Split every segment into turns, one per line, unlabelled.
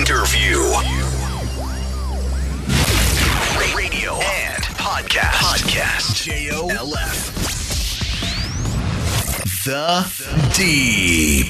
Interview Radio and Podcast JOLF The Deep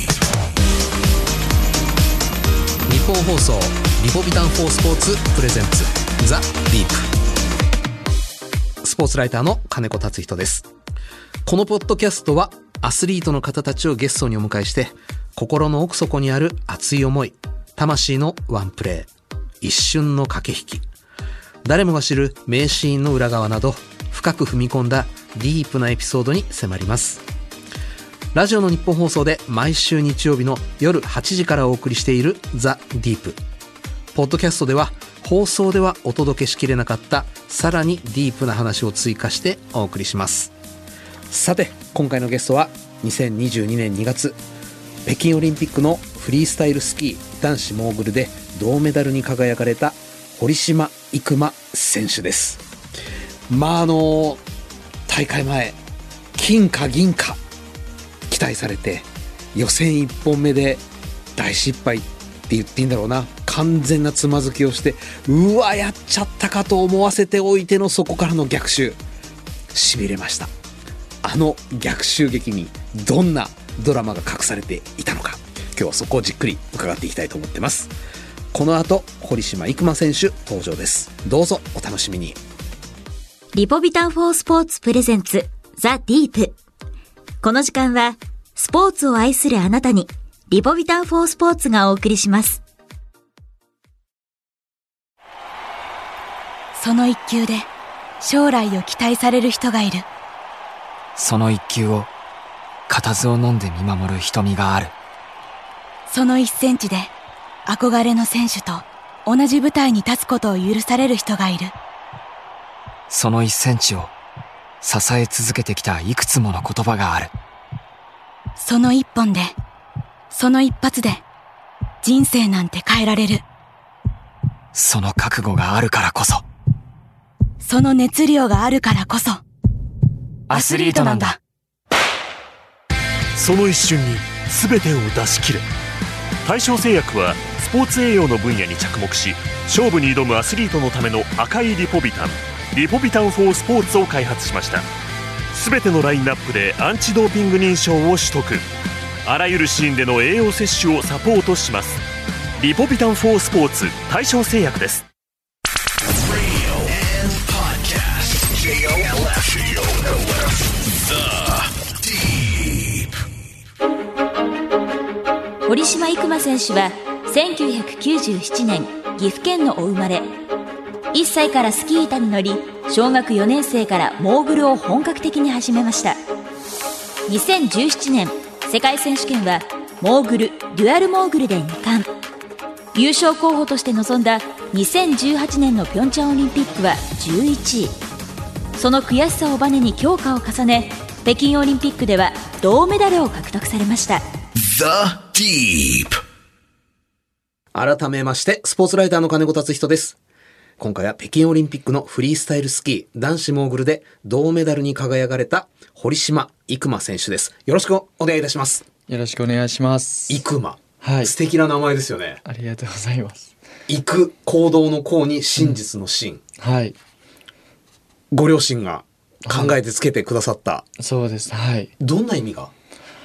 日本放送リポビタン4スポーツプレゼンツザ・ディープスポーツライターの金子達人です。このポッドキャストはアスリートの方たちをゲストにお迎えして心の奥底にある熱い思い、魂のワンプレー、一瞬の駆け引き、誰もが知る名シーンの裏側など深く踏み込んだディープなエピソードに迫ります。ラジオの日本放送で毎週日曜日の夜8時からお送りしているザ・ディープ。ポッドキャストでは放送ではお届けしきれなかったさらにディープな話を追加してお送りします。さて今回のゲストは2022年2月北京オリンピックのフリースタイルスキー男子モーグルで銅メダルに輝かれた堀島行真選手です。大会前金か銀か期待されて予選1本目で大失敗って言っていいんだろうな、完全なつまずきをしてうわやっちゃったかと思わせておいてのそこからの逆襲、痺れました。あの逆襲劇にどんなドラマが隠されていたのか、今日はそこをじっくり伺っていきたいと思ってます。この後堀島行真選手登場です。どうぞお楽しみに。
リポビタン4スポーツプレゼンツザ・ディープ。この時間はスポーツを愛するあなたにリポビタン4スポーツがお送りします。
その一球で将来を期待される人がいる。
その一球を固唾を飲んで見守る瞳がある。
その1センチで憧れの選手と同じ舞台に立つことを許される人がいる。
その1センチを支え続けてきたいくつもの言葉がある。
その1本で、その一発で人生なんて変えられる。
その覚悟があるからこそ、
その熱量があるからこそ
アスリートなんだ。
その一瞬に全てを出し切れ。大正製薬はスポーツ栄養の分野に着目し、勝負に挑むアスリートのための赤いリポビタン4スポーツを開発しました。全てのラインナップでアンチドーピング認証を取得。あらゆるシーンでの栄養摂取をサポートします。リポビタン4スポーツ、大正製薬です。
堀島行真選手は1997年岐阜県のお生まれ。1歳からスキー板に乗り、小学4年生からモーグルを本格的に始めました。2017年世界選手権はモーグル、デュアルモーグルで2冠。優勝候補として臨んだ2018年のピョンチャンオリンピックは11位。その悔しさをバネに強化を重ね、北京オリンピックでは銅メダルを獲得されました。
The Deep
改めましてスポーツライターの金子達人です。今回は北京オリンピックのフリースタイルスキー男子モーグルで銅メダルに輝かれた堀島行真選手です。よろしくお願いいたします。
よろしくお願いします。
行真、
はい、
素敵な名前ですよね。
ありがとうございます。
行く、行動の行に真実の真、
はい。
ご両親が考えてつけてくださった、
そうです。はい。
どんな意味が？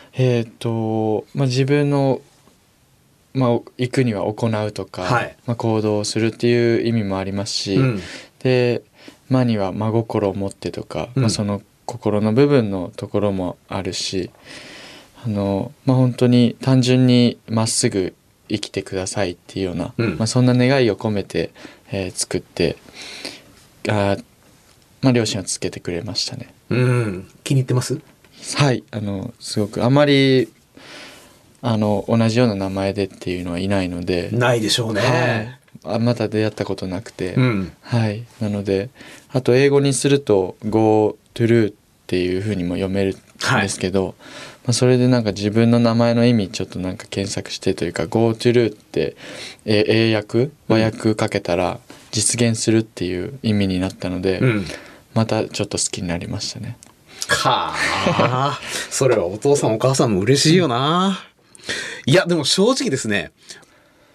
自分の行くには行うとか、
はい、
行動をするっていう意味もありますし、でには真心を持ってとか、その心の部分のところもあるし、本当に単純にまっすぐ生きてくださいっていうような、そんな願いを込めて、作って両親はつけてくれましたね。
気に入ってます？
はい、すごくあまり同じような名前でっていうのはいないので。
ないでしょうね。
はい、まだ出会ったことなくて、はい、なのであと英語にすると Go to っていう風にも読めるんですけど、それで自分の名前の意味ちょっと検索してというか Go to って英訳和訳かけたら実現するっていう意味になったので、またちょっと好きになりましたね。
はあ、それはお父さんお母さんも嬉しいよな。いやでも正直ですね、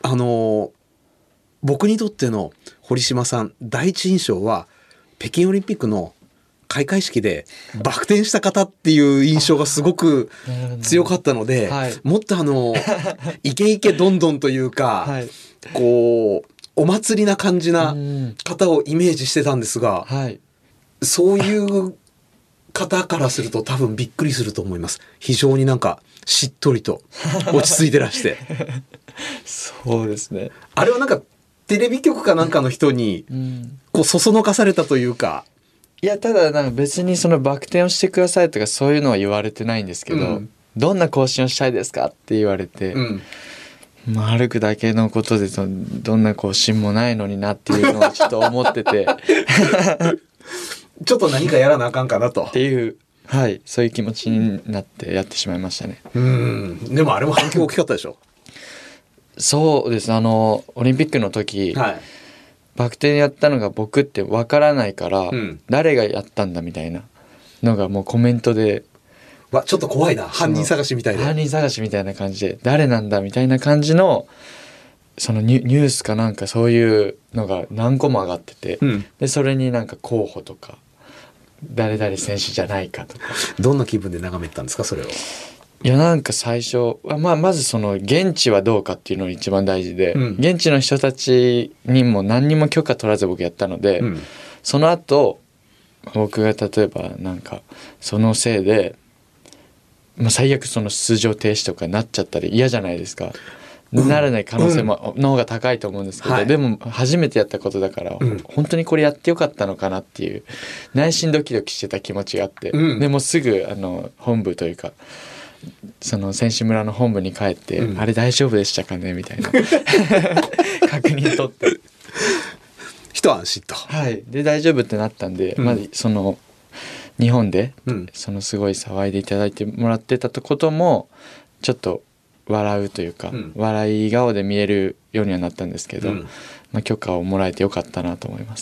僕にとっての堀島さん第一印象は北京オリンピックの開会式でバク転した方っていう印象がすごく強かったので、はい、もっとイケイケどんどんというか、はい、こうお祭りな感じな方をイメージしてたんですが、はい、そういう方からすると多分びっくりすると思います。非常になんかしっとりと落ち着いてらして
そうですね。
あれはなんかテレビ局かなんかの人にこうそそのかされたというか、
いやただなんか別にそのバク転をしてくださいとかそういうのは言われてないんですけど、どんな更新をしたいですかって言われて、歩くだけのことでどんな更新もないのになっていうのはちょっと思ってて
ちょっと何かやらなあかんかなと
っていう、はい、そういう気持ちになってやってしまいましたね。
でもあれも反響大きかったでしょ。
そうです。オリンピックの時、はい、バク転やったのが僕ってわからないから、誰がやったんだみたいなのがもうコメントで、
ちょっと怖いな、犯人探しみたいな
感じで誰なんだみたいな感じのそのニュースかなんかそういうのが何個も上がってて、でそれになんか候補とか誰々選手じゃないかとか。
どんな気分で眺めてたんですかそれを。
いやなんか最初は、まずその現地はどうかっていうのが一番大事で、現地の人たちにも何にも許可取らず僕やったので、その後僕が例えばなんかそのせいで、最悪その出場停止とかになっちゃったり嫌じゃないですか。ならない可能性もの方が高いと思うんですけど、でも初めてやったことだから、本当にこれやってよかったのかなっていう内心ドキドキしてた気持ちがあって、でもすぐ本部というかその選手村の本部に帰って、あれ大丈夫でしたかねみたいな確認取って
一安心と、
はい、で大丈夫ってなったんで、その日本で、そのすごい騒いでいただいてもらってたこともちょっと笑うというか、笑い顔で見えるようにはなったんですけど、許可をもらえてよかったなと思います。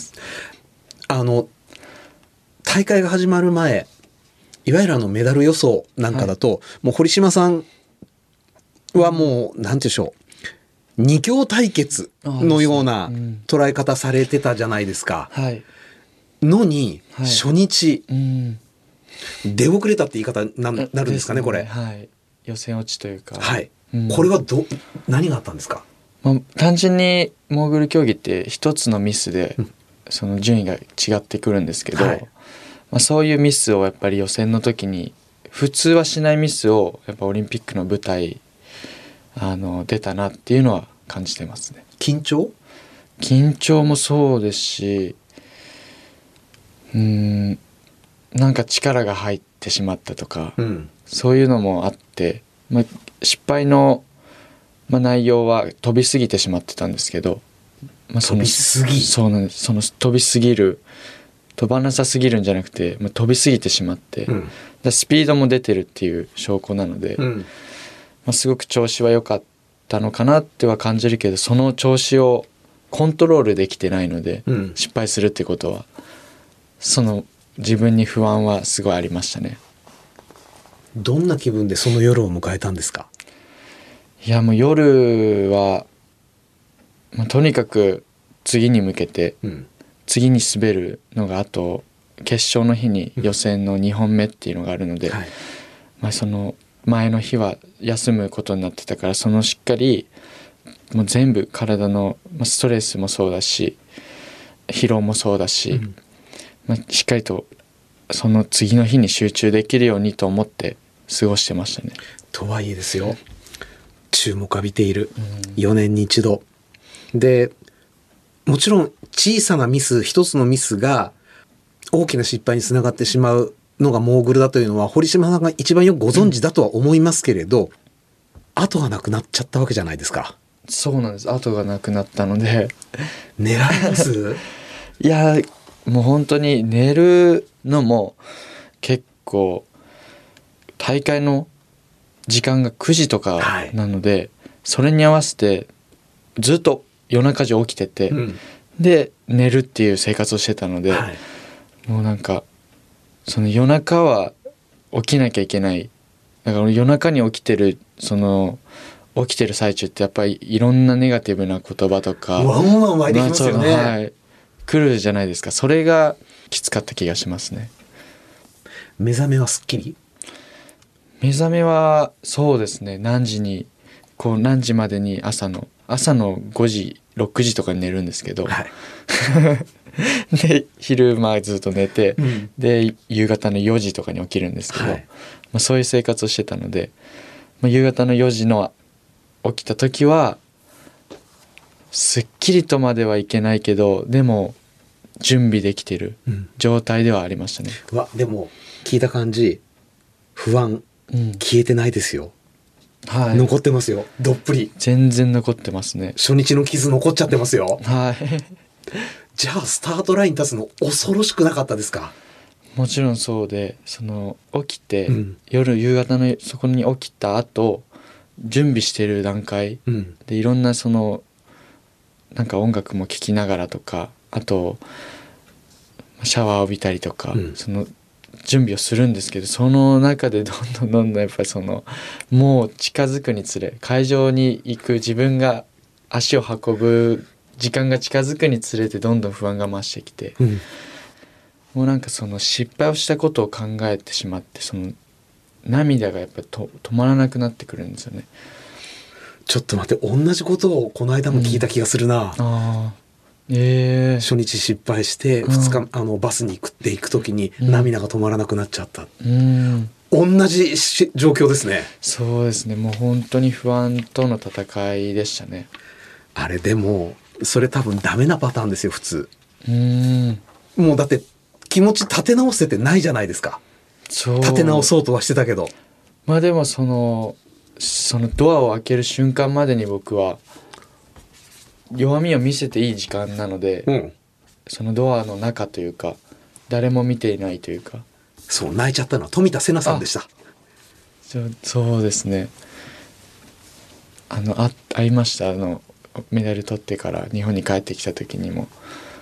大会が始まる前、いわゆるメダル予想なんかだと、もう堀島さんはもうなんていうんでしょう、二強対決のような捉え方されてたじゃないですか。のに、初日、出遅れたって言い方になるんですかねこれ。
予選落ちというか、
これは何があったんですか。
単純にモーグル競技って一つのミスでその順位が違ってくるんですけど、そういうミスをやっぱり予選の時に普通はしないミスをやっぱオリンピックの舞台出たなっていうのは感じてますね。
緊張もそうですし、
なんか力が入ってしまったとか、そういうのもあって、失敗の、内容は飛びすぎてしまってたんですけど、
飛びすぎ、
そうなんです。その飛びすぎる、飛ばなさすぎるんじゃなくて、飛びすぎてしまって、スピードも出てるっていう証拠なので、すごく調子は良かったのかなっては感じるけど、その調子をコントロールできてないので、失敗するってことはその自分に不安はすごいありましたね。
どんな気分でその夜を迎えたんですか。
いやもう夜は、とにかく次に向けて、次に滑るのがあと決勝の日に予選の2本目っていうのがあるので、その前の日は休むことになってたから、そのしっかりもう全部体のストレスもそうだし疲労もそうだし、しっかりとその次の日に集中できるようにと思って過ごしてましたね。
とはいえですよ、注目浴びている4年に一度で、もちろん小さなミス、一つのミスが大きな失敗につながってしまうのがモーグルだというのは堀島さんが一番よくご存知だとは思いますけれど、後がなくなっちゃったわけじゃないですか。
そうなんです。後がなくなったので
狙います
いやもう本当に寝るのも結構大会の時間が9時とかなので、それに合わせてずっと夜中中起きてて、で寝るっていう生活をしてたので、もうなんかその夜中は起きなきゃいけない、だから夜中に起きてるその起きてる最中ってやっぱりいろんなネガティブな言葉とか
ワンワン湧いてきますよね、
はい、来るじゃないですか。それがきつかった気がしますね。
目覚めはすっきり？
目覚めはそうですね、何時までに朝の5時6時とかに寝るんですけど、
はい
で昼間ずっと寝て、で夕方の4時とかに起きるんですけど、
はい
そういう生活をしてたので、夕方の4時の起きた時はすっきりとまではいけないけど、でも準備できてる状態ではありましたね。
でも聞いた感じ不安、消えてないですよ。
はい、
残ってますよ、どっぷり。
全然残ってますね。
初日の傷残っちゃってますよ。
はい
じゃあスタートラインに立つの恐ろしくなかったですか？
もちろんそうで、起きて、夕方のそこに起きた後準備してる段階、でいろんななんか音楽も聴きながらとか、あとシャワーを浴びたりとか、その準備をするんですけど、その中でどんどんやっぱりもう近づくにつれ、会場に行く自分が足を運ぶ時間が近づくにつれてどんどん不安が増してきて、もうなんか失敗をしたことを考えてしまって、涙がやっぱり止まらなくなってくるんですよね。
ちょっと待って、同じことをこの間も聞いた気がするな。初日失敗して2日、バスに行く時に涙が止まらなくなっちゃった。同じ状況ですね。
そうですね、もう本当に不安との戦いでしたね。
あれでもそれ多分ダメなパターンですよ普通。もうだって気持ち立て直せてないじゃないですか。立て直そうとはしてたけど、
でもそのドアを開ける瞬間までに僕は弱みを見せていい時間なので、そのドアの中というか誰も見ていないというか。
そう、泣いちゃったのは富田瀬奈さんでした。
そうですね、会いました。メダル取ってから日本に帰ってきた時にも。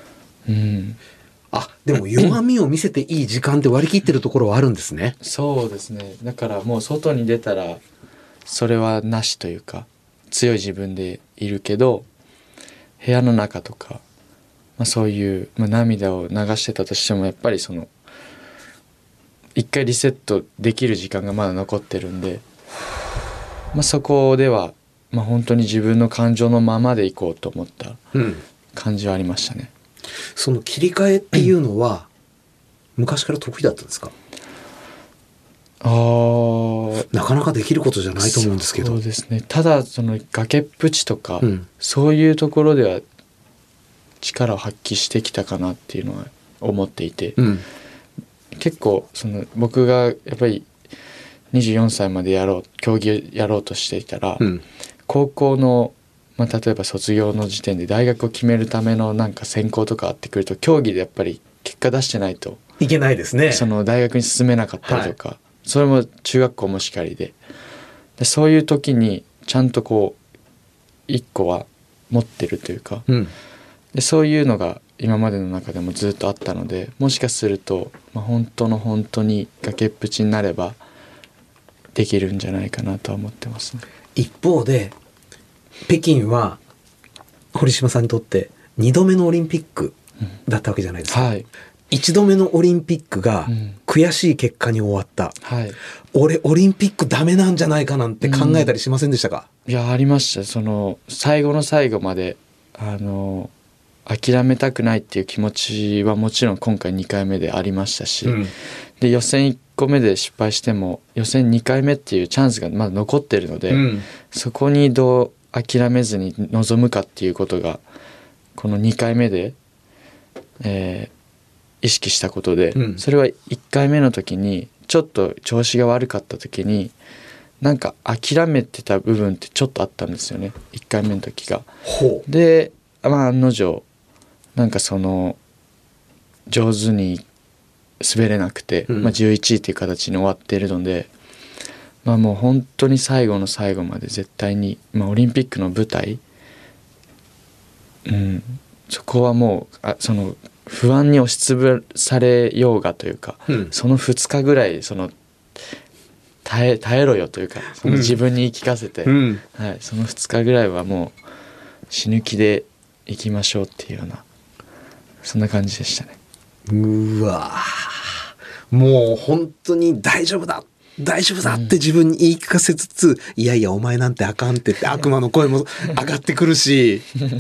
でも弱みを見せていい時間って割り切ってるところはあるんですね。
そうですね、だからもう外に出たらそれはなしというか、強い自分でいるけど部屋の中とか、そういう、涙を流してたとしてもやっぱり一回リセットできる時間がまだ残ってるんで、そこでは、本当に自分の感情のままでいこうと思った感じはありましたね。
その切り替えっていうのは昔から得意だったんですか？なかなかできることじゃないと思うんですけど。
そうですね、ただ崖っぷちとか、そういうところでは力を発揮してきたかなっていうのは思っていて、結構僕がやっぱり24歳まで競技をやろうとしていたら、高校の例えば卒業の時点で大学を決めるためのなんか選考とかあってくると、競技でやっぱり結果出してないと
いけないですね。
大学に進めなかったりとか、それも中学校もしかりで、そういう時にちゃんと一個は持ってるというか、でそういうのが今までの中でもずっとあったので、もしかすると、本当に崖っぷちになればできるんじゃないかなとは思ってますね。
一方で北京は堀島さんにとって2度目のオリンピックだったわけじゃないですか。1度目のオリンピックが悔しい結果に終わった、俺オリンピックダメなんじゃないかなんて考えたりしませんでしたか？
いや、ありました。最後の最後まで諦めたくないっていう気持ちはもちろん今回2回目でありましたし、で予選1個目で失敗しても予選2回目っていうチャンスがまだ残ってるので、そこにどう諦めずに臨むかっていうことがこの2回目で、意識したことで、それは1回目の時にちょっと調子が悪かった時になんか諦めてた部分ってちょっとあったんですよね、1回目の時が。で案の定なんか上手に滑れなくて、11位っていう形に終わっているので、もう本当に最後の最後まで絶対に、オリンピックの舞台、そこはもう不安に押しつぶされようがというか、その2日ぐらい耐耐えろよというか、その自分に言い聞かせて、
うん
はい、その2日ぐらいはもう死ぬ気で行きましょうっていうような、そんな感じでしたね。
うわー、もう本当に大丈夫だって自分に言い聞かせつつ、いやいやお前なんてあかんって悪魔の声も上がってくるし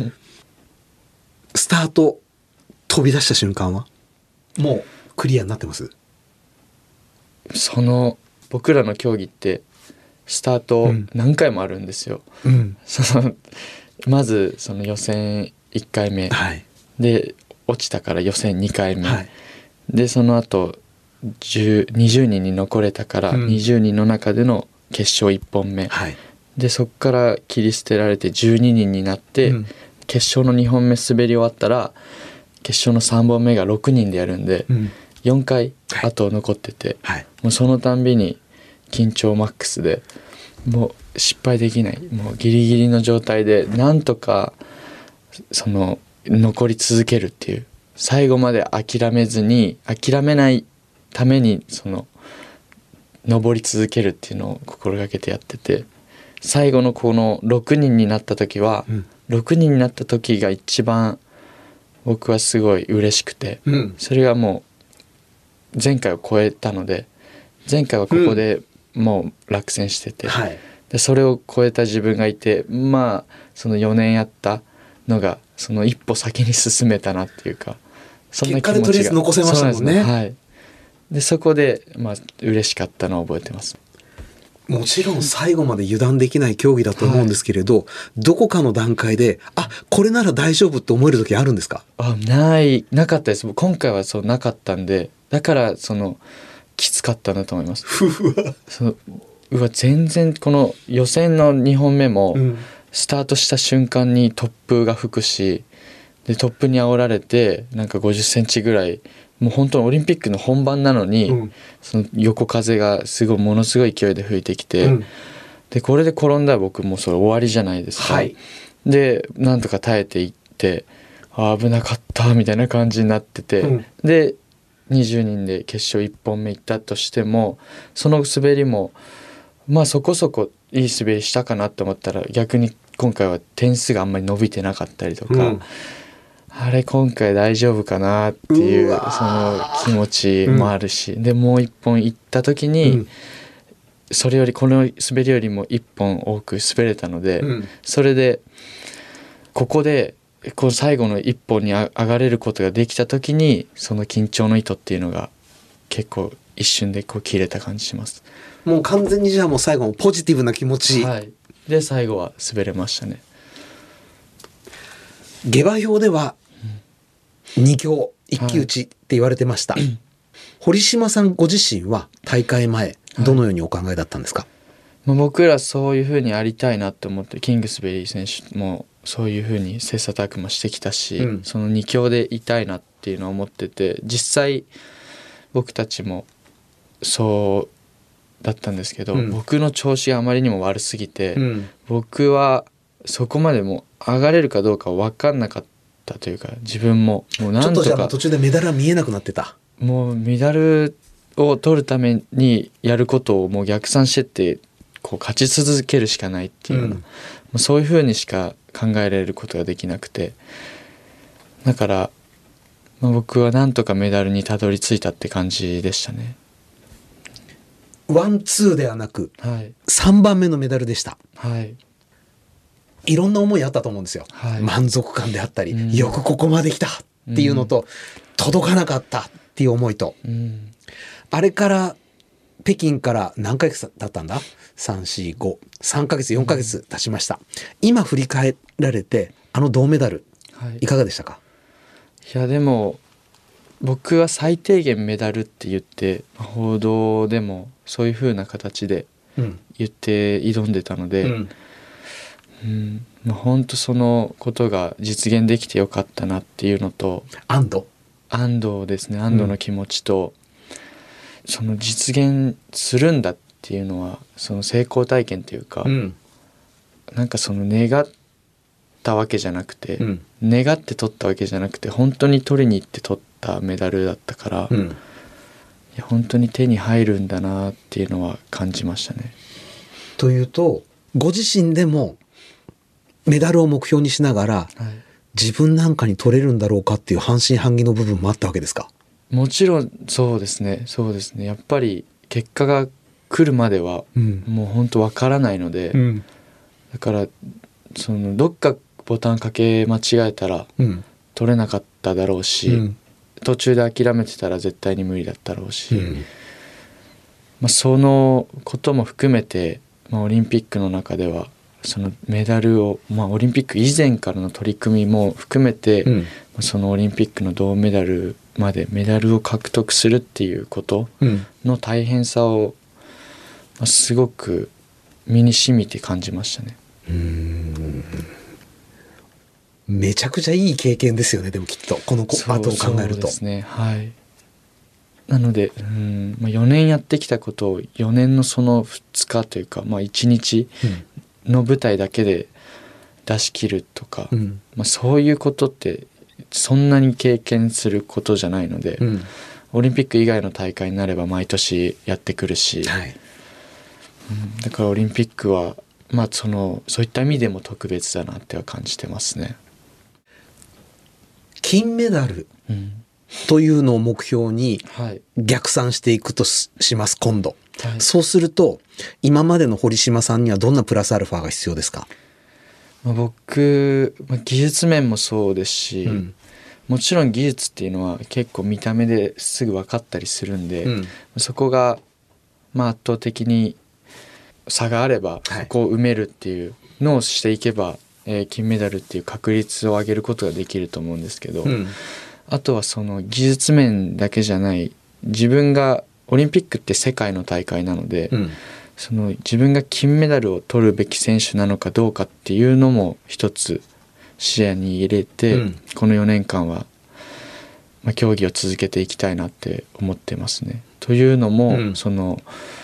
スタート飛び出した瞬間はもうクリアになってます？
その僕らの競技ってスタート何回もあるんですよ、
うん、
まずその予選1回目、
はい、
で落ちたから予選2回目、
はい、
でその後20人に残れたから20人の中での決勝1本目、
はい、
でそこから切り捨てられて12人になって、
うん、
決勝の2本目滑り終わったら決勝の3本目が6人でやるんで、4回あと残ってて、
はい、
もうそのたんびに緊張マックスで、もう失敗できない、もうギリギリの状態でなんとかその残り続けるっていう、最後まで諦めないためにその登り続けるっていうのを心がけてやってて、最後のこの6人になった時は、6人になった時が一番僕はすごい嬉しくて、それがもう前回を超えたので、前回はここでもう落選してて、でそれを超えた自分がいて、まあその4年やったのがその一歩先に進めたなっていうか、そんな気持ちが、
結果でとりあえず残せましたもんね。
はい、でそこでまあ嬉しかったのを覚えてます。
もちろん最後まで油断できない競技だと思うんですけれど、はい、どこかの段階でこれなら大丈夫って思える時あるんですか？
なかったです。今回はそうなかったんで、だからそのきつかったなと思います。全然この予選の2本目もスタートした瞬間に突風が吹くし、で突風に煽られてなんか50センチぐらい、もう本当にオリンピックの本番なのに、その横風がものすごい勢いで吹いてきて、でこれで転んだら僕もうそれ終わりじゃないですか、はい、でなんとか耐えていって、危なかったみたいな感じになってて、で20人で決勝1本目行ったとしても、その滑りもまあそこそこいい滑りしたかなと思ったら、逆に今回は点数があんまり伸びてなかったりとか、あれ今回大丈夫かなっていうその気持ちもあるし、でもう一本行った時に、それよりこの滑りよりも一本多く滑れたので、それでここでこの最後の一本に上がれることができた時に、その緊張の糸っていうのが結構一瞬でこう切れた感じします。
もう完全にじゃあもう最後もポジティブな気持ち、
はい、で最後は滑れましたね。
下馬評では2強一騎打ちって言われてました、堀島さんご自身は大会前どのようにお考えだったんですか？
僕らそういう風にありたいなって思って、キングスベリー選手もそういう風に切磋琢磨してきたし、その2強でいたいなっていうのを思ってて、実際僕たちもそうだったんですけど、僕の調子があまりにも悪すぎて、僕はそこまでも上がれるかどうか分かんなかったというか、自分ももうなんとか、ちょっとじゃあ
途中でメダルは見えなくなってた。
もうメダルを取るためにやることをもう逆算してってこう勝ち続けるしかないっていうような、もうそういう風にしか考えられることができなくて、だから、僕はなんとかメダルにたどり着いたって感じでしたね。
ワンツーではなく、
はい、
3番目のメダルでした。
はい、
いろんな思いあったと思うんですよ、はい、満足感であったり、よくここまで来たっていうのと、届かなかったっていう思いと、あれから北京から何ヶ月だったんだ ?3、4、5、3ヶ月4ヶ月経ちました、今振り返られて銅メダル、いかがでしたか？
いやでも僕は最低限メダルって言って報道でもそういう風な形で言って挑んでたので、本当そのことが実現できてよかったなっていうのと、
安
堵ですね。安堵の気持ちと、その実現するんだっていうのはその成功体験というか、なんかその願ったわけじゃなくて、願って取ったわけじゃなくて、本当に取りに行って取ったメダルだったから、 や本当に手に入るんだなっていうのは感じましたね。
というとご自身でもメダルを目標にしながら、はい、自分なんかに取れるんだろうかっていう半信半疑の部分もあったわけですか？も
ちろんそうですね。やっぱり結果が来るまではもう本当わからないので、だからそのどっかボタンかけ間違えたら取れなかっただろうし、途中で諦めてたら絶対に無理だったろうし、そのことも含めて、オリンピックの中ではそのメダルを、オリンピック以前からの取り組みも含めて、そのオリンピックの銅メダルまでメダルを獲得するっていうことの大変さを、すごく身に染みて感じましたね。
めちゃくちゃいい経験ですよね。でもきっとこの後を考えると。そう
ですね。はい。なので、4年やってきたことを4年のその2日というか、1日の舞台だけで出し切るとか、そういうことってそんなに経験することじゃないので、オリンピック以外の大会になれば毎年やってくるし、はい、だからオリンピックは、そういった意味でも特別だなっては感じてますね。
金メダルというのを目標に逆算していくとします今度、はい、そうすると今までの堀島さんにはどんなプラスアルファが必要ですか？
僕、技術面もそうですし、もちろん技術っていうのは結構見た目ですぐ分かったりするんで、そこが圧倒的に差があればそこを埋めるっていうのをしていけば、金メダルっていう確率を上げることができると思うんですけど、あとはその技術面だけじゃない、自分がオリンピックって世界の大会なので、その自分が金メダルを取るべき選手なのかどうかっていうのも一つ視野に入れて、この4年間は、競技を続けていきたいなって思ってますね。というのも、その、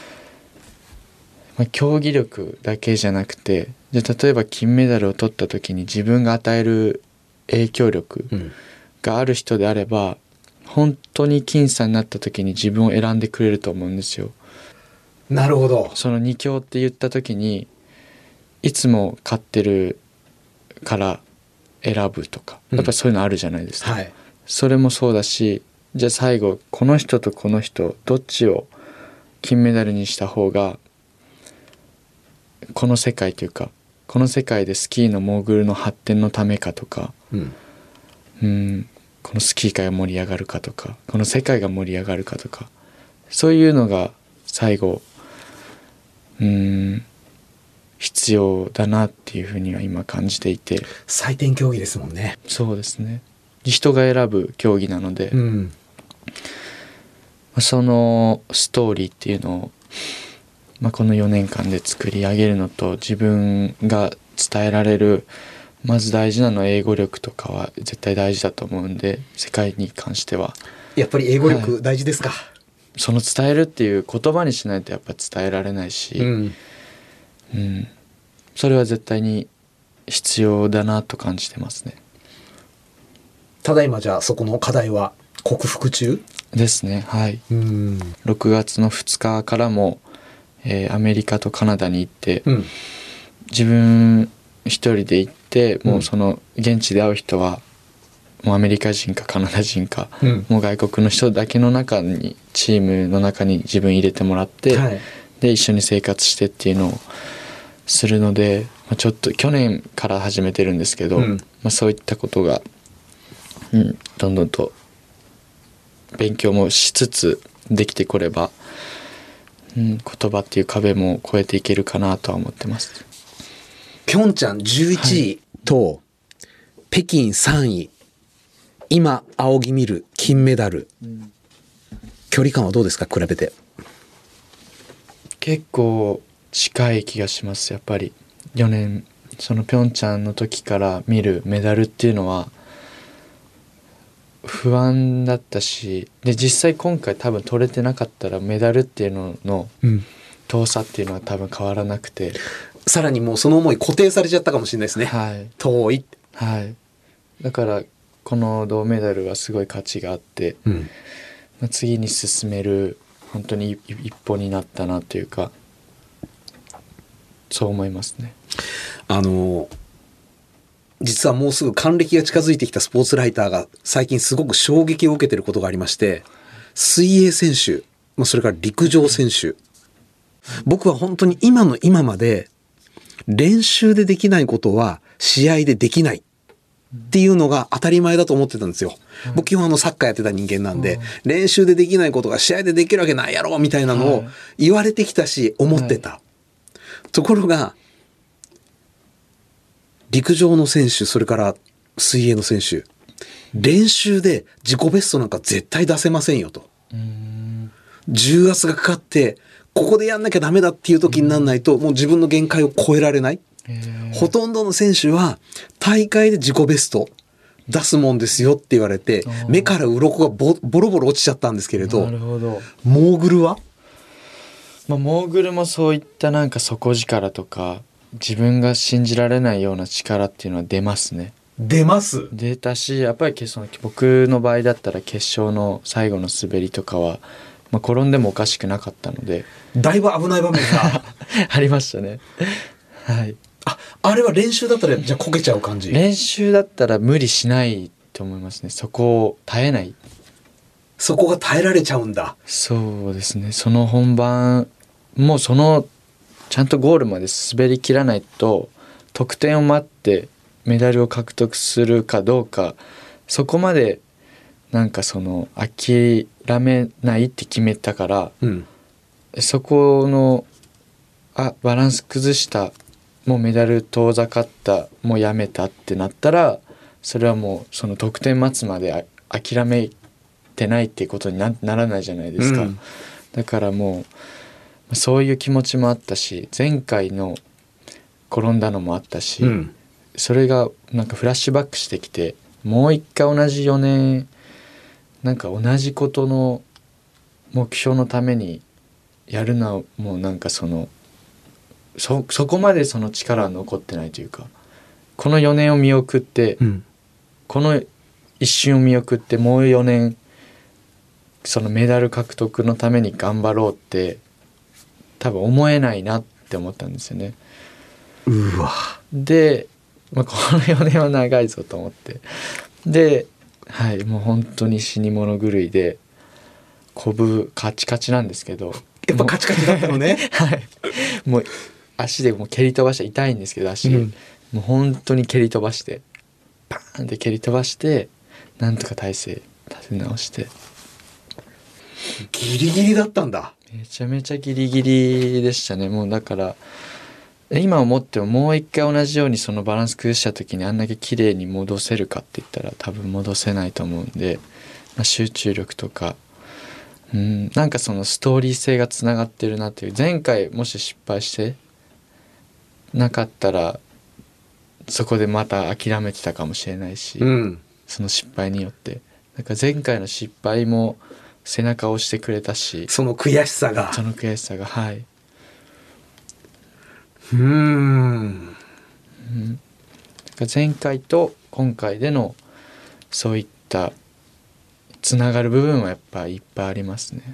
競技力だけじゃなくて、じゃあ例えば金メダルを取った時に自分が与える影響力がある人であれば、本当に僅差になった時に自分を選んでくれると思うんですよ。
なるほど。
その2強って言った時にいつも勝ってるから選ぶとか、やっぱりそういうのあるじゃないですか、はい、それもそうだし、じゃあ最後この人とこの人どっちを金メダルにした方がこの世界というか、この世界でスキーのモーグルの発展のためかとか、このスキー界が盛り上がるかとか、この世界が盛り上がるかとか、そういうのが最後必要だなっていうふうには今感じていて。
採点競技ですもんね。
そうですね。人が選ぶ競技なので、そのストーリーっていうのを、この4年間で作り上げるのと、自分が伝えられる、まず大事なのは英語力とかは絶対大事だと思うんで、世界に関しては
やっぱり英語力大事ですか？
その伝えるっていう言葉にしないとやっぱ伝えられないし、それは絶対に必要だなと感じてますね。
ただいまじゃあそこの課題は克服中
ですね。はい。6月の2日からも、アメリカとカナダに行って、自分一人で行って、もうその現地で会う人はもうアメリカ人かカナダ人か、もう外国の人だけの中に、チームの中に自分入れてもらって、で一緒に生活してっていうのをするので、ちょっと去年から始めてるんですけど、そういったことが、どんどんと勉強もしつつできてこれば、言葉っていう壁も越えていけるかなとは思ってます。
ピョンチャン11位と北京3位、今仰ぎ見る金メダル、距離感はどうですか？比べて。
結構近い気がします。やっぱり4年そのピョンチャンの時から見るメダルっていうのは不安だったし、で実際今回多分取れてなかったらメダルっていうのの遠さっていうのは多分変わらなくて、
さらにもうその思い固定されちゃったかもしれないですね。はい、遠い。
はい。だからこの銅メダルはすごい価値があって、 次に進める本当に一歩になったなというか、そう思いますね。
実はもうすぐ還暦が近づいてきたスポーツライターが最近すごく衝撃を受けていることがありまして、水泳選手、それから陸上選手、僕は本当に今の今まで練習でできないことは試合でできないっていうのが当たり前だと思ってたんですよ。僕基本サッカーやってた人間なんで、練習でできないことが試合でできるわけないやろみたいなのを言われてきたし思ってた。ところが陸上の選手、それから水泳の選手、練習で自己ベストなんか絶対出せませんよと。重圧がかかってここでやんなきゃダメだっていう時にならないともう自分の限界を超えられない。ほとんどの選手は大会で自己ベスト出すもんですよって言われて、目から鱗がボロボロ落ちちゃったんですけれど。
なるほど。
モーグルは、
モーグルもそういったなんか底力とか自分が信じられないような力っていうのは出ますね。
出
たし、やっぱり僕の場合だったら決勝の最後の滑りとかは、転んでもおかしくなかったので、
だいぶ危ない場面が
ありましたね。はい。
あれは練習だったらじゃあこけちゃう感じ？
練習だったら無理しないと思いますね。そこを耐えない。
そこが耐えられちゃうんだ。
そうですね。その本番もちゃんとゴールまで滑りきらないと得点を待ってメダルを獲得するかどうか、そこまでなんか諦めないって決めたから、そこのバランス崩した、もうメダル遠ざかった、もうやめたってなったら、それはもうその得点待つまで諦めてないっていうことに ならないじゃないですか。だからもうそういう気持ちもあったし、前回の転んだのもあったし、それがなんかフラッシュバックしてきて、もう一回同じ4年なんか同じことの目標のためにやるのはもうなんかそこまでその力は残ってないというか、この4年を見送って、この一瞬を見送ってもう4年そのメダル獲得のために頑張ろうって多分思えないなって思ったんですよね。
うわ。
で、この4年は長いぞと思って、で、はい、もう本当に死に物狂いでこぶカチカチなんですけど、
やっぱカチカチだったのね。
はい、もう足でもう蹴り飛ばして、痛いんですけど足、もう本当に蹴り飛ばして、パーンって蹴り飛ばして、なんとか体勢立て直して。
ギリギリだったんだ。
めちゃめちゃギリギリでしたね。もうだから今思ってももう一回同じようにそのバランス崩した時にあんだけ綺麗に戻せるかって言ったら多分戻せないと思うんで、集中力とか、なんかそのストーリー性がつながってるなっていう。前回もし失敗してなかったらそこでまた諦めてたかもしれないし、その失敗によってなんか前回の失敗も背中を押してくれたし、
その悔しさが、
はい。前回と今回でのそういったつながる部分はやっぱいっぱいありますね。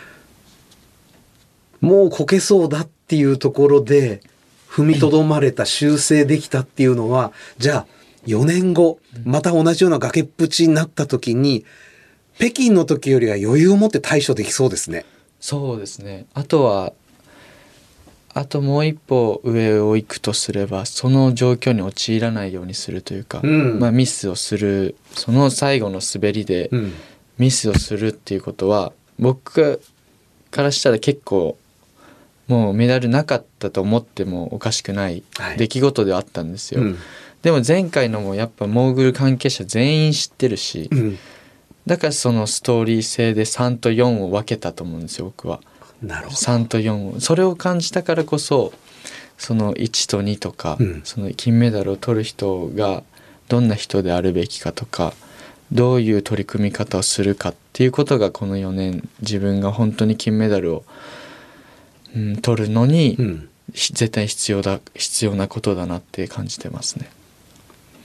もうこけそうだっていうところで踏みとどまれた、修正できたっていうのは、じゃあ4年後また同じような崖っぷちになった時に北京の時よりは余裕を持って対処できそうですね。
そうですね。あともう一歩上を行くとすれば、その状況に陥らないようにするというか、ミスをする、その最後の滑りでミスをするっていうことは、僕からしたら結構もうメダルなかったと思ってもおかしくない出来事ではあったんですよ。でも前回のもやっぱモーグル関係者全員知ってるし、だからそのストーリー性で3と4を分けたと思うんですよ、僕は。
なるほど。
3と4を、それを感じたからこそ、その1と2とか、その金メダルを取る人がどんな人であるべきかとか、どういう取り組み方をするかっていうことがこの4年自分が本当に金メダルを、取るのに、絶対必要なことだなって感じてますね。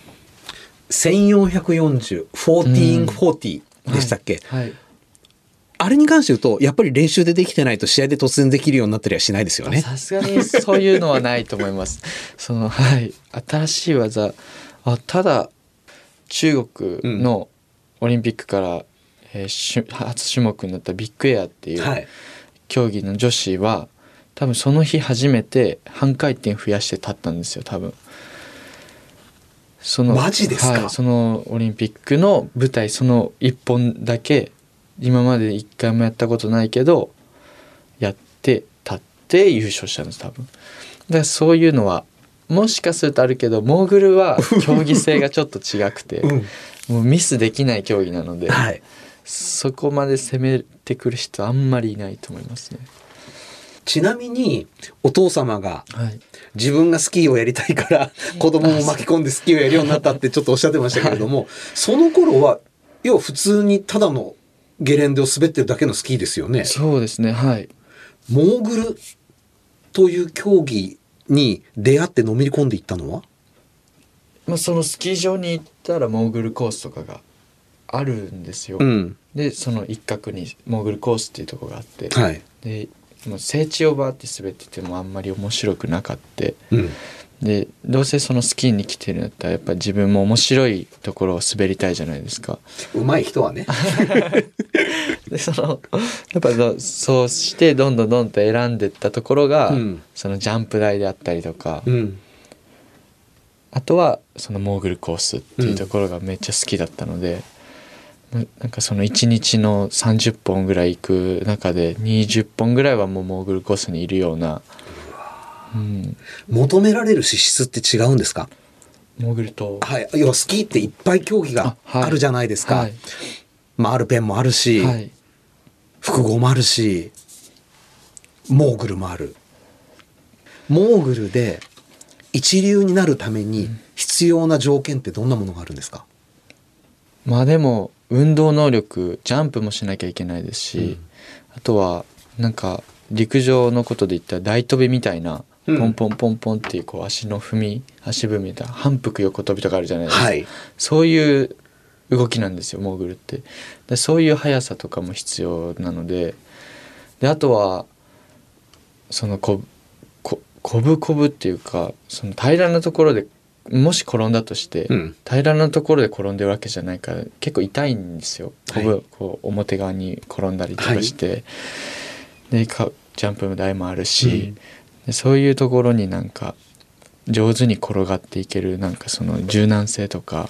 1440、1440でしたっけ、
はい。
あれに関して言うとやっぱり練習でできてないと試合で突然できるようになったりはしないですよね。
さすがにそういうのはないと思いますはい新しい技ただ中国のオリンピックから、初種目になったビッグエアっていう競技の女子は多分その日初めて半回転増やして立ったんですよ多分。
マジですか？
はい、そのオリンピックの舞台その一本だけ今まで一回もやったことないけどやって立って優勝したんです多分。だからそういうのはもしかするとあるけどモーグルは競技性がちょっと違くて、もうミスできない競技なので、はい、そこまで攻めてくる人あんまりいないと思いますね。
ちなみにお父様が自分がスキーをやりたいから子供も巻き込んでスキーをやるようになったってちょっとおっしゃってましたけれども、その頃は要は普通にただのゲレンデを滑ってるだけのスキーですよね。
そうですね、はい。
モーグルという競技に出会ってのめり込んでいったのは、
そのスキー場に行ったらモーグルコースとかがあるんですよ、でその一角にモーグルコースっていうところがあって、はい、でもう整地をバーって滑っててもあんまり面白くなかった、でどうせそのスキーに来てるんだったらやっぱ自分も面白いところを滑りたいじゃないですか。
上手い人はね
でやっぱそうしてどんどんと選んでいったところが、そのジャンプ台であったりとか、あとはそのモーグルコースっていうところがめっちゃ好きだったので、なんかその1日の30本ぐらい行く中で20本ぐらいはもうモーグルコースにいるような。
求められる資質って違うんですか？
モーグルと、
はい、要はスキーっていっぱい競技があるじゃないですか、アルペンもあるし、複合もあるしモーグルもある。モーグルで一流になるために必要な条件ってどんなものがあるんですか？
でも運動能力、ジャンプもしなきゃいけないですし、あとはなんか陸上のことで言ったら大飛びみたいなポンポンポンポンっていうこう足踏みみたいな反復横跳びとかあるじゃないですか、そういう動きなんですよモーグルって。でそういう速さとかも必要なので、あとはそのこぶっていうか、その平らなところでもし転んだとして、平らなところで転んでるわけじゃないから結構痛いんですよ。こう表側に転んだりとかして、でジャンプ台もあるし、でそういうところになんか上手に転がっていけるなんかその柔軟性とか、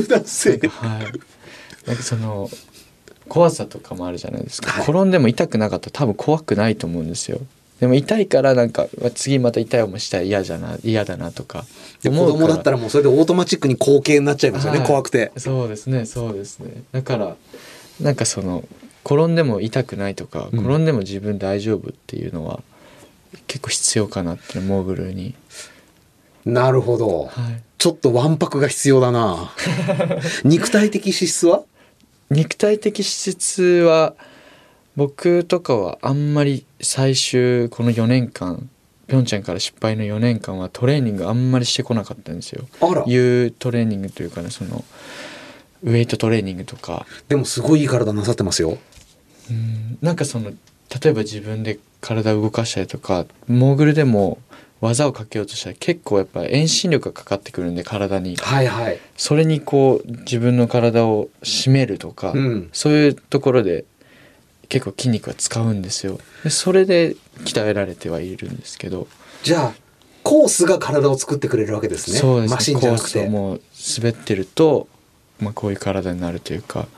なんかその怖さとかもあるじゃないですか、転んでも痛くなかったら多分怖くないと思うんですよ。でも痛いからなんか次また痛い思いしたら嫌だなとか。
で子供だったらもうそれでオートマチックに後傾になっちゃいますよね、怖くて。
そうですね。だからなんかその転んでも痛くないとか、転んでも自分大丈夫っていうのは結構必要かなってモーグルに。
なるほど、ちょっとわんぱくが必要だな肉体的資質は？
肉体的資質は僕とかはあんまり最終この4年間ピョンチャンから失敗の4年間はトレーニングあんまりしてこなかったんですよ。いうトレーニングというかね、そのウェイトトレーニングとか。
でもすごいいい体なさってますよ。
なんかその例えば自分で体を動かしたりとか、モーグルでも技をかけようとしたら結構やっぱ遠心力がかかってくるんで体に、それにこう自分の体を締めるとか、そういうところで結構筋肉は使うんですよ。でそれで鍛えられてはいるんですけど。
じゃあコースが体を作ってくれるわけですね。
そうですね、
マシンじゃなくて。
コースをもう滑ってると、こういう体になるというか。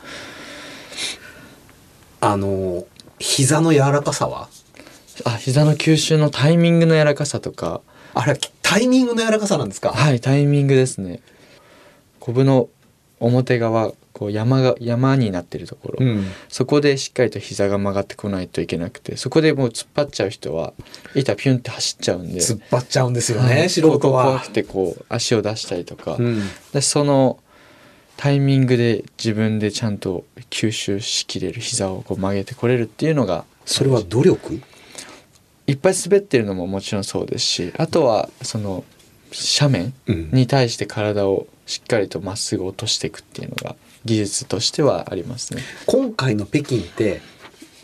膝の柔らかさは？
膝の吸収のタイミングの柔らかさとか。
あれタイミングの柔らかさなんですか？
はい、タイミングですね。コブの表側こう山になってるところ、そこでしっかりと膝が曲がってこないといけなくて、そこでもう突っ張っちゃう人は板ピュンって走っちゃうんで、
突っ張っちゃうんですよね、素人は。
怖くてこう足を出したりとか、でそのタイミングで自分でちゃんと吸収しきれる、膝をこう曲げてこれるっていうのが。
それは努力？
いっぱい滑ってるのももちろんそうですし、あとはその斜面に対して体をしっかりとまっすぐ落としていくっていうのが技術としてはありますね。
今回の北京って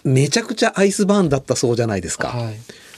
めちゃくちゃアイスバーンだったそうじゃないですか。
はい。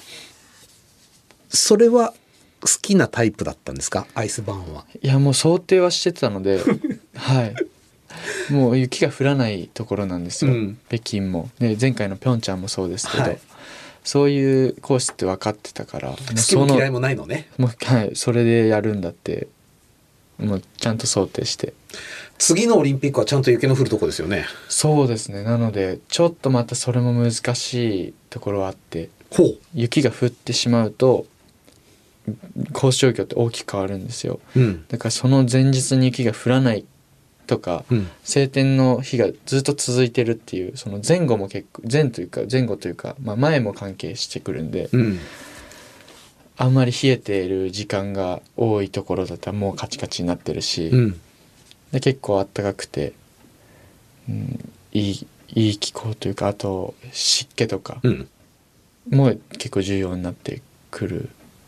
それは好きなタイプだったんですか、アイスバーンは。
いやもう想定はしてたのではいもう雪が降らないところなんですよ、北京もで前回のピョンチャンもそうですけど、そういうコースって分かってたから、
好きも嫌いもないのね。
もうはい、それでやるんだってもうちゃんと想定して。
次のオリンピックはちゃんと雪の降るとこですよね。
そうですね。なのでちょっとまたそれも難しいところはあって、雪が降ってしまうとコース状況って大きく変わるんですよ、だからその前日に雪が降らないとか、晴天の日がずっと続いてるっていう、その前後も結構前後というか、まあ、前も関係してくるんで、あんまり冷えている時間が多いところだったらもうカチカチになってるし、で結構あったかくて、いい気候というか、あと湿気とかも結構重要になってくる。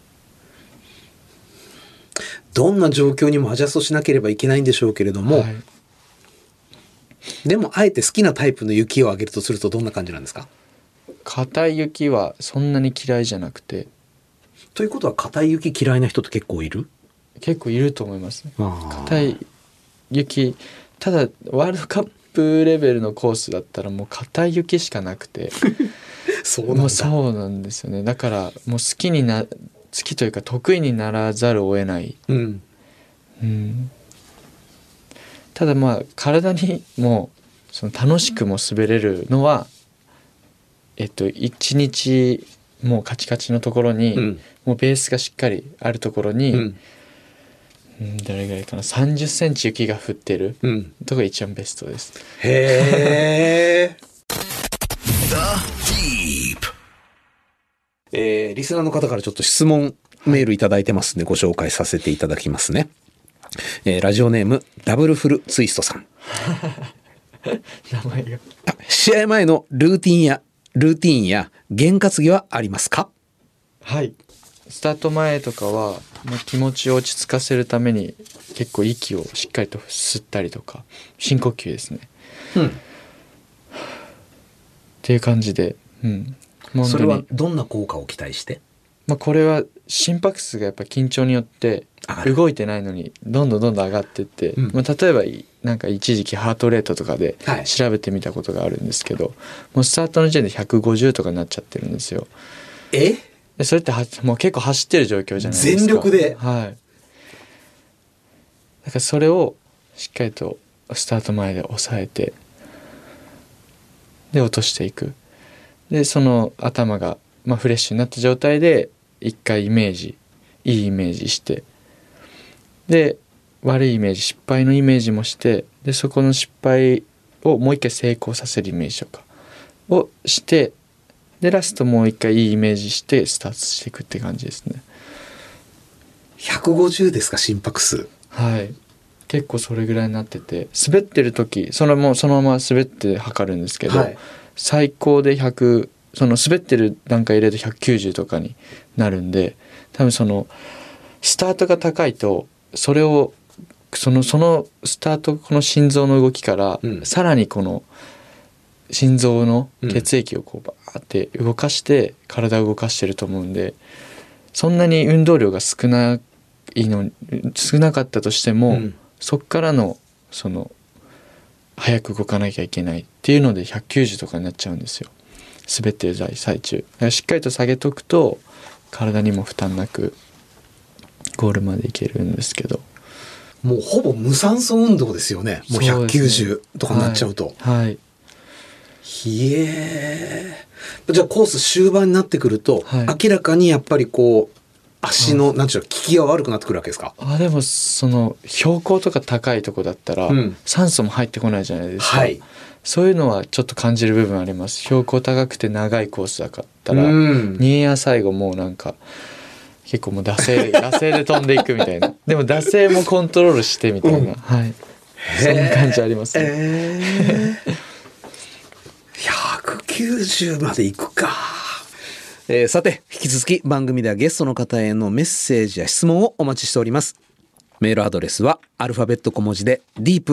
どんな状況にもアジャストしなければいけないんでしょうけれども、でもあえて好きなタイプの雪をあげるとするとどんな感じなんですか？
硬い雪はそんなに嫌いじゃなくて。
ということは硬い雪嫌いな人って結構いる？
結構いると思いますね。硬い雪、ただワールドカップレベルのコースだったらもう硬い雪しかなくて
そうなん
ですよね。だからもう好きというか得意にならざるを得ない、ただまあ体にもその楽しくも滑れるのは1日もうカチカチのところに、もうベースがしっかりあるところに、どれぐらいかな、30センチ雪が降ってるとこが一番ベストです。
へー
The Deep。
リスナーの方からちょっと質問メールいただいてますんでご紹介させていただきますね。ラジオネームダブルフルツイストさん
名前が
試合前のルーティンや験担ぎはありますか？
はい、スタート前とかは気持ちを落ち着かせるために結構息をしっかりと吸ったりとか、深呼吸ですね、っていう感じで、
それはどんな効果を期待して？
これは心拍数がやっぱ緊張によって動いてないのにどんどん上がっていって、例えばなんか一時期ハートレートとかで調べてみたことがあるんですけど、もうスタートの時点で150とかになっちゃってるんですよ。それってもう結構走ってる状況じゃないですか。
全力で。
はい。だからそれをしっかりとスタート前で抑えて、で落としていく。でその頭がフレッシュになった状態で一回いいイメージして、で悪いイメージ、失敗のイメージもして、でそこの失敗をもう一回成功させるイメージとかをして、でラストもう一回いいイメージしてスタートしていくって感じですね。
150ですか、心拍数？
はい、結構それぐらいになってて、滑ってる時そのまま滑って測るんですけど、最高で100、その滑ってる段階入れると190とかになるんで、多分そのスタートが高いとそれをそのスタート、この心臓の動きから、さらにこの心臓の血液をこうバーって動かして体を動かしてると思うんで、そんなに運動量が少なかったとしても、そっからのその早く動かなきゃいけないっていうので190とかになっちゃうんですよ、滑ってる最中。だからしっかりと下げとくと体にも負担なくゴールまでいけるんですけど、
もうほぼ無酸素運動ですよね。もう190とかになっちゃうと。
はい。
じゃあコース終盤になってくると、明らかにやっぱりこう足のなんていうの、効きが悪くなってくるわけですか？
でもその標高とか高いとこだったら、酸素も入ってこないじゃないですか。そういうのはちょっと感じる部分あります。標高高くて長いコースだったら、2エア最後もうなんか結構もう惰性で飛んでいくみたいな。でも惰性もコントロールしてみたいな、そんな感じありますね。
190までいくか。さて引き続き番組ではゲストの方へのメッセージや質問をお待ちしております。 メールアドレスはアルファベット小文字で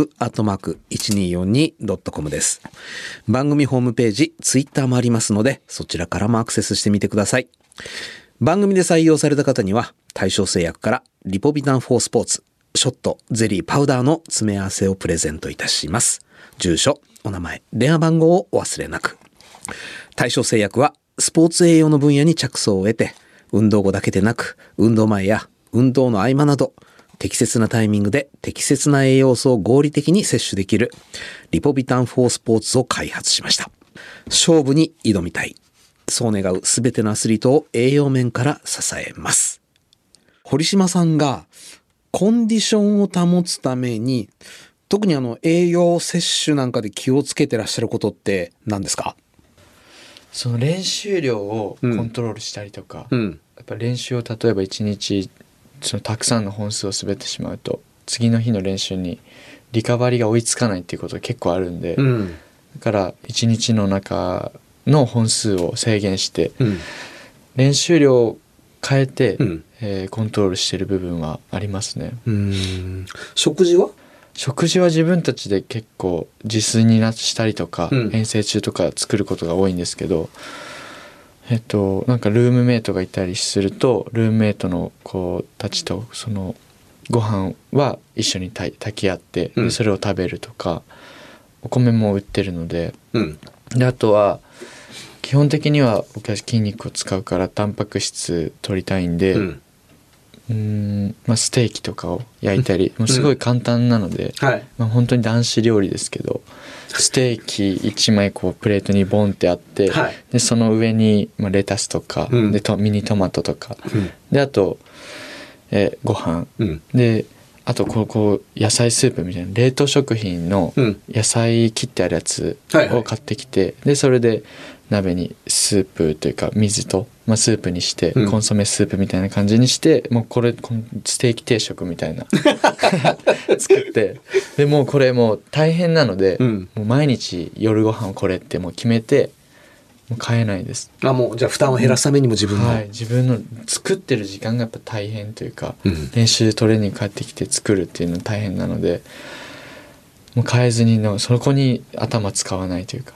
deep@1242.com です。番組ホームページ、ツイッターもありますので、そちらからもアクセスしてみてください。番組で採用された方には、大正製薬からリポビタン4スポーツ、ショット、ゼリー、パウダーの詰め合わせをプレゼントいたします。住所、お名前、電話番号をお忘れなく。大正製薬はスポーツ栄養の分野に着想を得て、運動後だけでなく、運動前や運動の合間など、適切なタイミングで適切な栄養素を合理的に摂取できるリポビタン4スポーツを開発しました。勝負に挑みたい。そう願うすべてのアスリートを栄養面から支えます。堀島さんがコンディションを保つために、特に栄養摂取なんかで気をつけてらっしゃることって何ですか？
その練習量をコントロールしたりとか、やっぱ練習を例えば1日そのたくさんの本数を滑ってしまうと次の日の練習にリカバリーが追いつかないっていうことが結構あるんで、だから1日の中の本数を制限して、練習量を変えて、コントロールしている部分はありますね。
食事は
自分たちで結構自炊にしたりとか、遠征中とか作ることが多いんですけど、なんかルームメイトがいたりするとルームメイトの子たちとそのご飯は一緒に炊き合って、でそれを食べるとか、お米も売ってるので、であとは基本的には僕は筋肉を使うからタンパク質取りたいんで、ステーキとかを焼いたり、もうすごい簡単なので、本当に男子料理ですけど、ステーキ1枚こうプレートにボンってあって、でその上にレタスとか、でミニトマトとか、であと、ご飯、であとこう野菜スープみたいな冷凍食品の野菜切ってあるやつを買ってきて、でそれで鍋にスープというか水と、スープにして、コンソメスープみたいな感じにして、もうこれステーキ定食みたいな作って、でもうこれもう大変なので、もう毎日夜ご飯をこれってもう決めて、もう変えないです。
もうじゃあ負担を減らすためにも自分の、
自分の作ってる時間がやっぱ大変というか、練習トレーニング帰ってきて作るっていうのは大変なので、もう変えずにそこに頭使わないというか。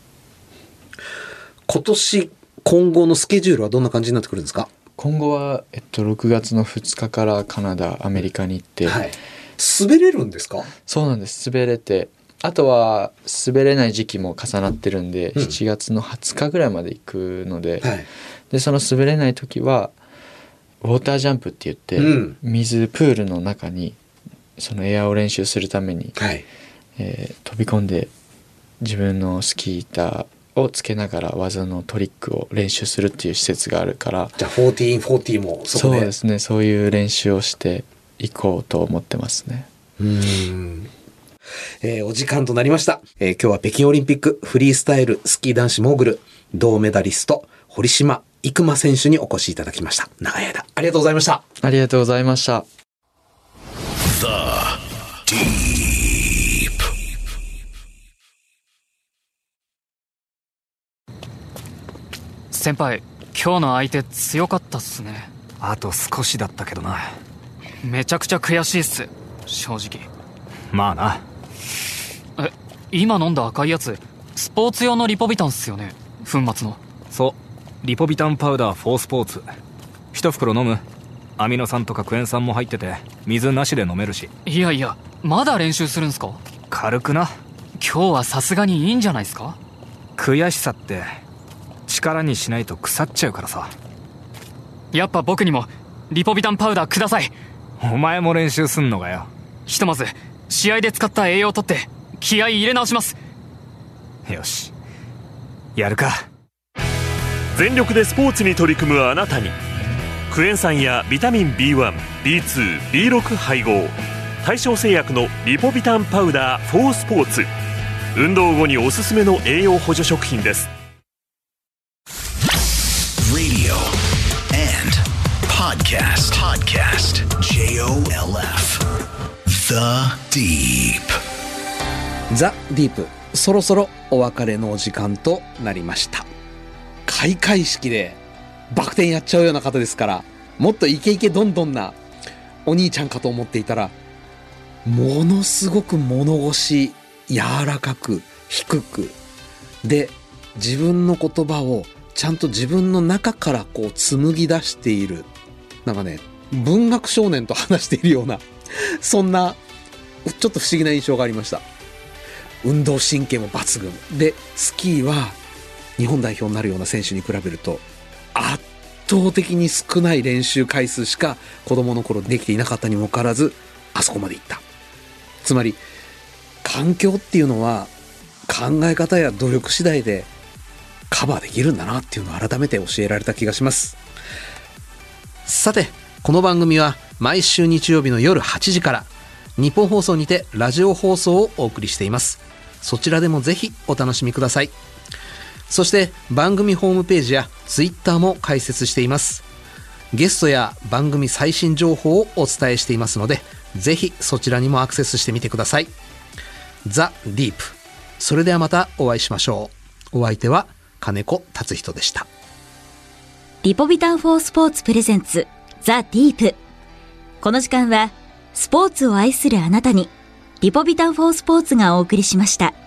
今後のスケジュールはどんな感じになってくるんですか？
今後は、6月の2日からカナダ、アメリカに行って、
滑れるんですか？
そうなんです。滑れて、あとは滑れない時期も重なってるんで、7月の20日ぐらいまで行くので、でその滑れない時はウォータージャンプって言って、プールの中にそのエアを練習するために、飛び込んで自分のスキー板をつけながら技のトリックを練習するっていう施設があるから、
じゃあ1440もそこで。
そうですね、そういう練習をしていこうと思ってますね。
お時間となりました。今日は北京オリンピックフリースタイルスキー男子モーグル銅メダリスト堀島行真選手にお越しいただきました。長い間ありがとうございました。
ありがとうございました。
先輩、今日の相手強かったっすね。
あと少しだったけどな。
めちゃくちゃ悔しいっす、正直。
まあな。
今飲んだ赤いやつスポーツ用のリポビタンっすよね、粉末の。
そう、リポビタンパウダー4スポーツ。一袋飲む？アミノ酸とかクエン酸も入ってて水なしで飲めるし。
いやいや、まだ練習するんすか？
軽くな。
今日はさすがにいいんじゃないですか？
悔しさって力にしないと腐っちゃうからさ。
やっぱ僕にもリポビタンパウダーください。
お前も練習すんのかよ。
ひとまず試合で使った栄養を取って気合い入れ直します。
よし、やるか。
全力でスポーツに取り組むあなたに、クエン酸やビタミン B1、B2、B6 配合、大正製薬のリポビタンパウダー4スポーツ。運動後におすすめの栄養補助食品です。
Radio and podcast JOLF The Deep。
ザ・ディープ、そろそろお別れのお時間となりました。開会式でバク転やっちゃうような方ですから、もっとイケイケどんどんなお兄ちゃんかと思っていたら、ものすごく物腰柔らかく低くで、自分の言葉をちゃんと自分の中からこう紡ぎ出している、なんかね、文学少年と話しているようなそんなちょっと不思議な印象がありました。運動神経も抜群で、スキーは日本代表になるような選手に比べると圧倒的に少ない練習回数しか子供の頃できていなかったにもかかわらず、あそこまでいった。つまり環境っていうのは考え方や努力次第でカバーできるんだなっていうのを改めて教えられた気がします。さて、この番組は毎週日曜日の夜8時から日本放送にてラジオ放送をお送りしています。そちらでもぜひお楽しみください。そして番組ホームページやツイッターも開設しています。ゲストや番組最新情報をお伝えしていますので、ぜひそちらにもアクセスしてみてください。ザ・ディープ。それではまたお会いしましょう。お相手は金子達人でした。
リポビタン4スポーツプレゼンツザ・ディープ。この時間はスポーツを愛するあなたにリポビタン4スポーツがお送りしました。